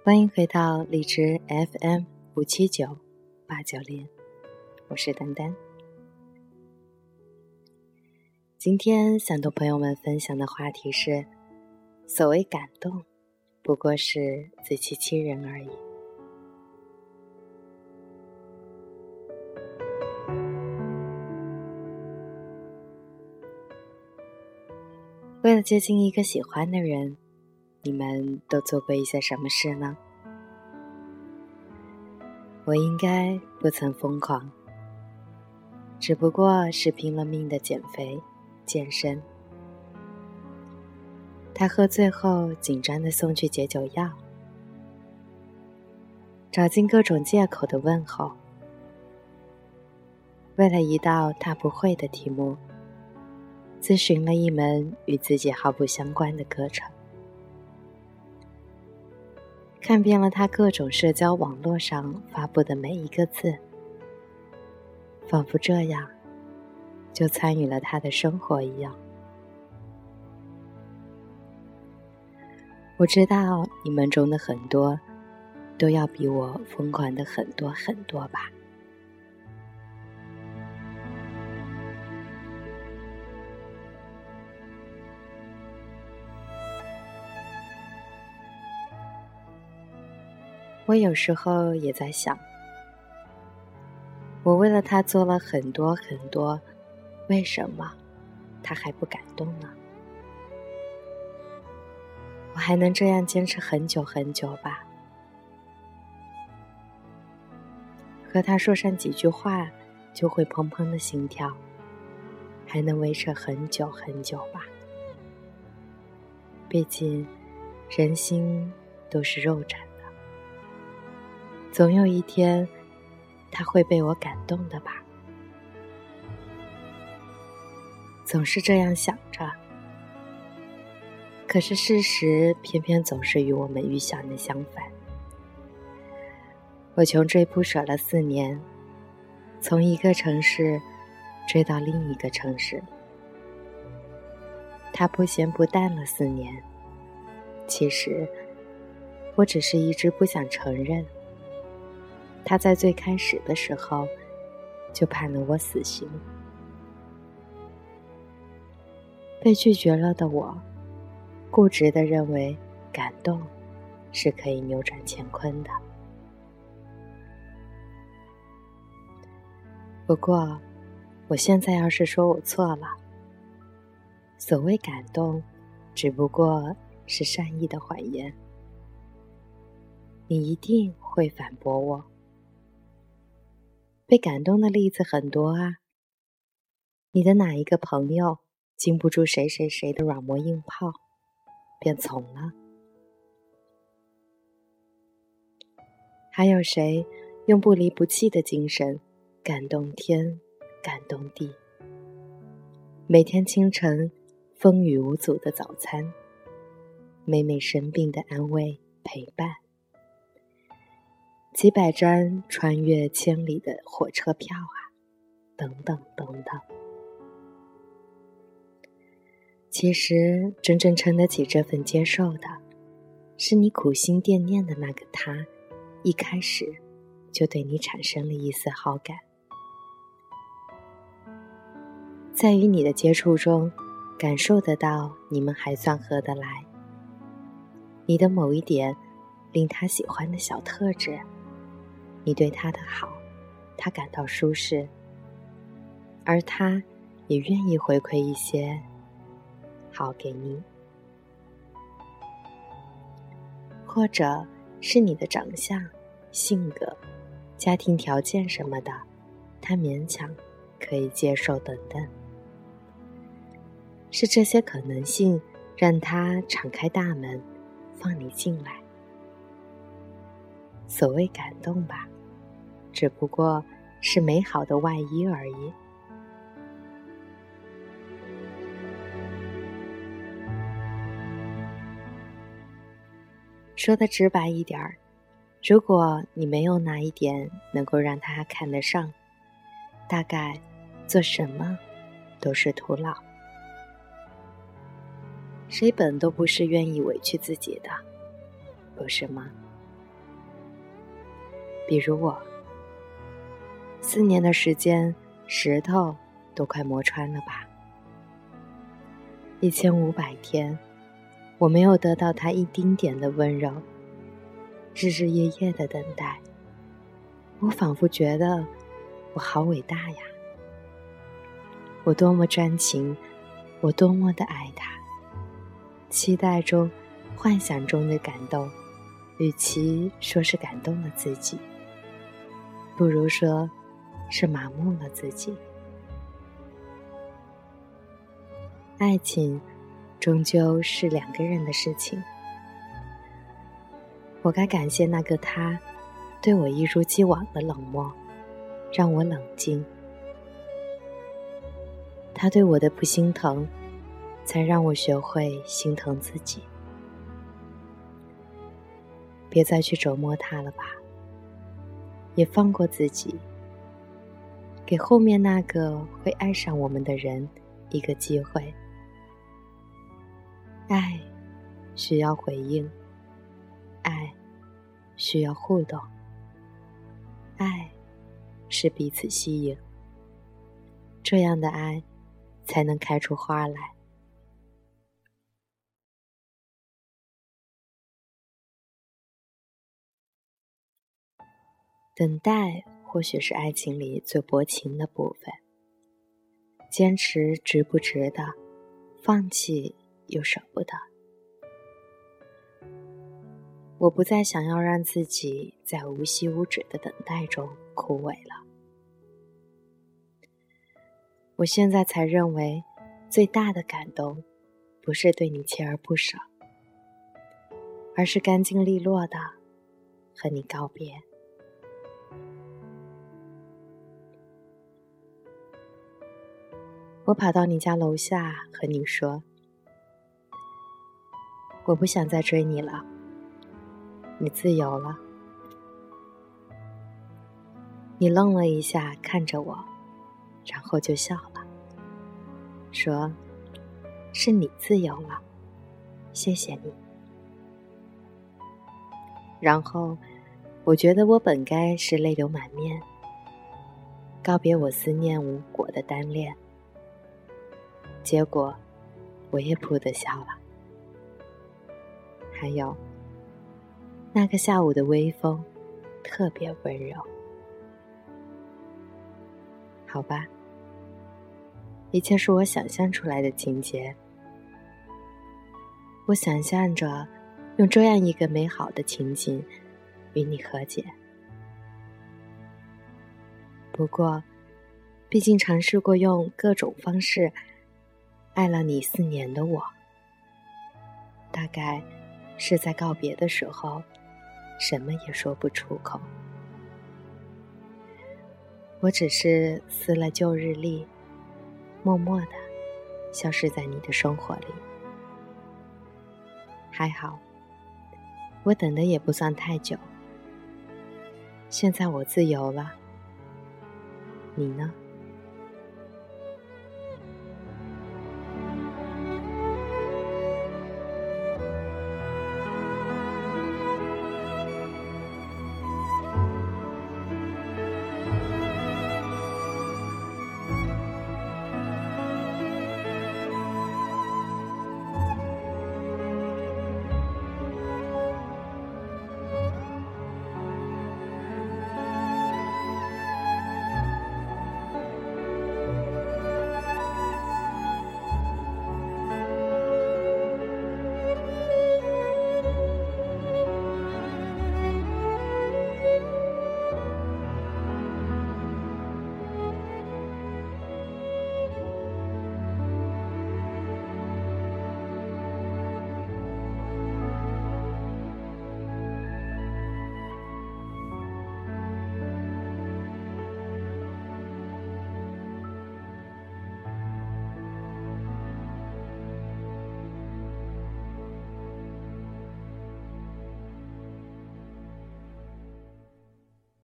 欢迎回到荔枝 FM579-890，我是丹丹。今天想同朋友们分享的话题是，所谓感动，不过是自欺欺人而已。为了接近一个喜欢的人，你们都做过一些什么事呢？我应该不曾疯狂，只不过是拼了命的减肥、健身。他喝醉后紧张地送去解酒药，找尽各种借口的问候。为了一道他不会的题目，咨询了一门与自己毫不相关的课程。看遍了他各种社交网络上发布的每一个字，仿佛这样就参与了他的生活一样。我知道你们中的很多都要比我疯狂的很多很多吧。我有时候也在想，我为了他做了很多很多，为什么他还不感动呢？我还能这样坚持很久很久吧？和他说上几句话就会砰砰的心跳，还能维持很久很久吧？毕竟人心都是肉长的，总有一天他会被我感动的吧？总是这样想着，可是事实偏偏总是与我们预想的相反。我穷追不舍了4年，从一个城市追到另一个城市。他不咸不淡了4年，其实我只是一直不想承认，他在最开始的时候就判了我死刑。被拒绝了的我，固执地认为感动是可以扭转乾坤的。不过我现在要是说我错了，所谓感动只不过是善意的谎言，你一定会反驳我。被感动的例子很多啊，你的哪一个朋友经不住谁谁谁的软磨硬泡便从了？还有谁用不离不弃的精神感动天，感动地？每天清晨风雨无阻的早餐，每每生病的安慰陪伴，几百张穿越千里的火车票啊，等等等等。其实真正撑得起这份接受的，是你苦心惦念的那个他，一开始就对你产生了一丝好感。在与你的接触中，感受得到你们还算合得来，你的某一点令他喜欢的小特质，你对他的好，他感到舒适，而他也愿意回馈一些好给你。或者是你的长相、性格、家庭条件什么的，他勉强可以接受等等。是这些可能性让他敞开大门放你进来。所谓感动吧，只不过是美好的外衣而已。说得直白一点儿，如果你没有哪一点能够让他看得上，大概做什么都是徒劳。谁本都不是愿意委屈自己的，不是吗？ 比如我，4年的时间，石头都快磨穿了吧。1500天，我没有得到他一丁点的温柔，日日夜夜的等待。我仿佛觉得我好伟大呀，我多么专情，我多么的爱他。期待中幻想中的感动，与其说是感动了自己，不如说是麻木了自己。爱情终究是2个人的事情，我该感谢那个他对我一如既往的冷漠，让我冷静。他对我的不心疼，才让我学会心疼自己。别再去折磨他了吧，也放过自己，给后面那个会爱上我们的人一个机会。爱需要回应，爱需要互动，爱是彼此吸引，这样的爱才能开出花来。等待或许是爱情里最薄情的部分，坚持值不值得，放弃又舍不得。我不再想要让自己在无休无止的等待中枯萎了。我现在才认为，最大的感动不是对你锲而不舍，而是干净利落的和你告别。我跑到你家楼下和你说，我不想再追你了，你自由了。你愣了一下看着我，然后就笑了，说是你自由了，谢谢你。然后我觉得我本该是泪流满面，告别我思念无果的单恋，结果我也扑地笑了。还有那个下午的微风特别温柔。好吧，一切是我想象出来的情节。我想象着用这样一个美好的情景与你和解。不过毕竟尝试过用各种方式爱了你4年的我，大概是在告别的时候什么也说不出口。我只是撕了旧日历，默默地消失在你的生活里。还好，我等的也不算太久。现在我自由了，你呢？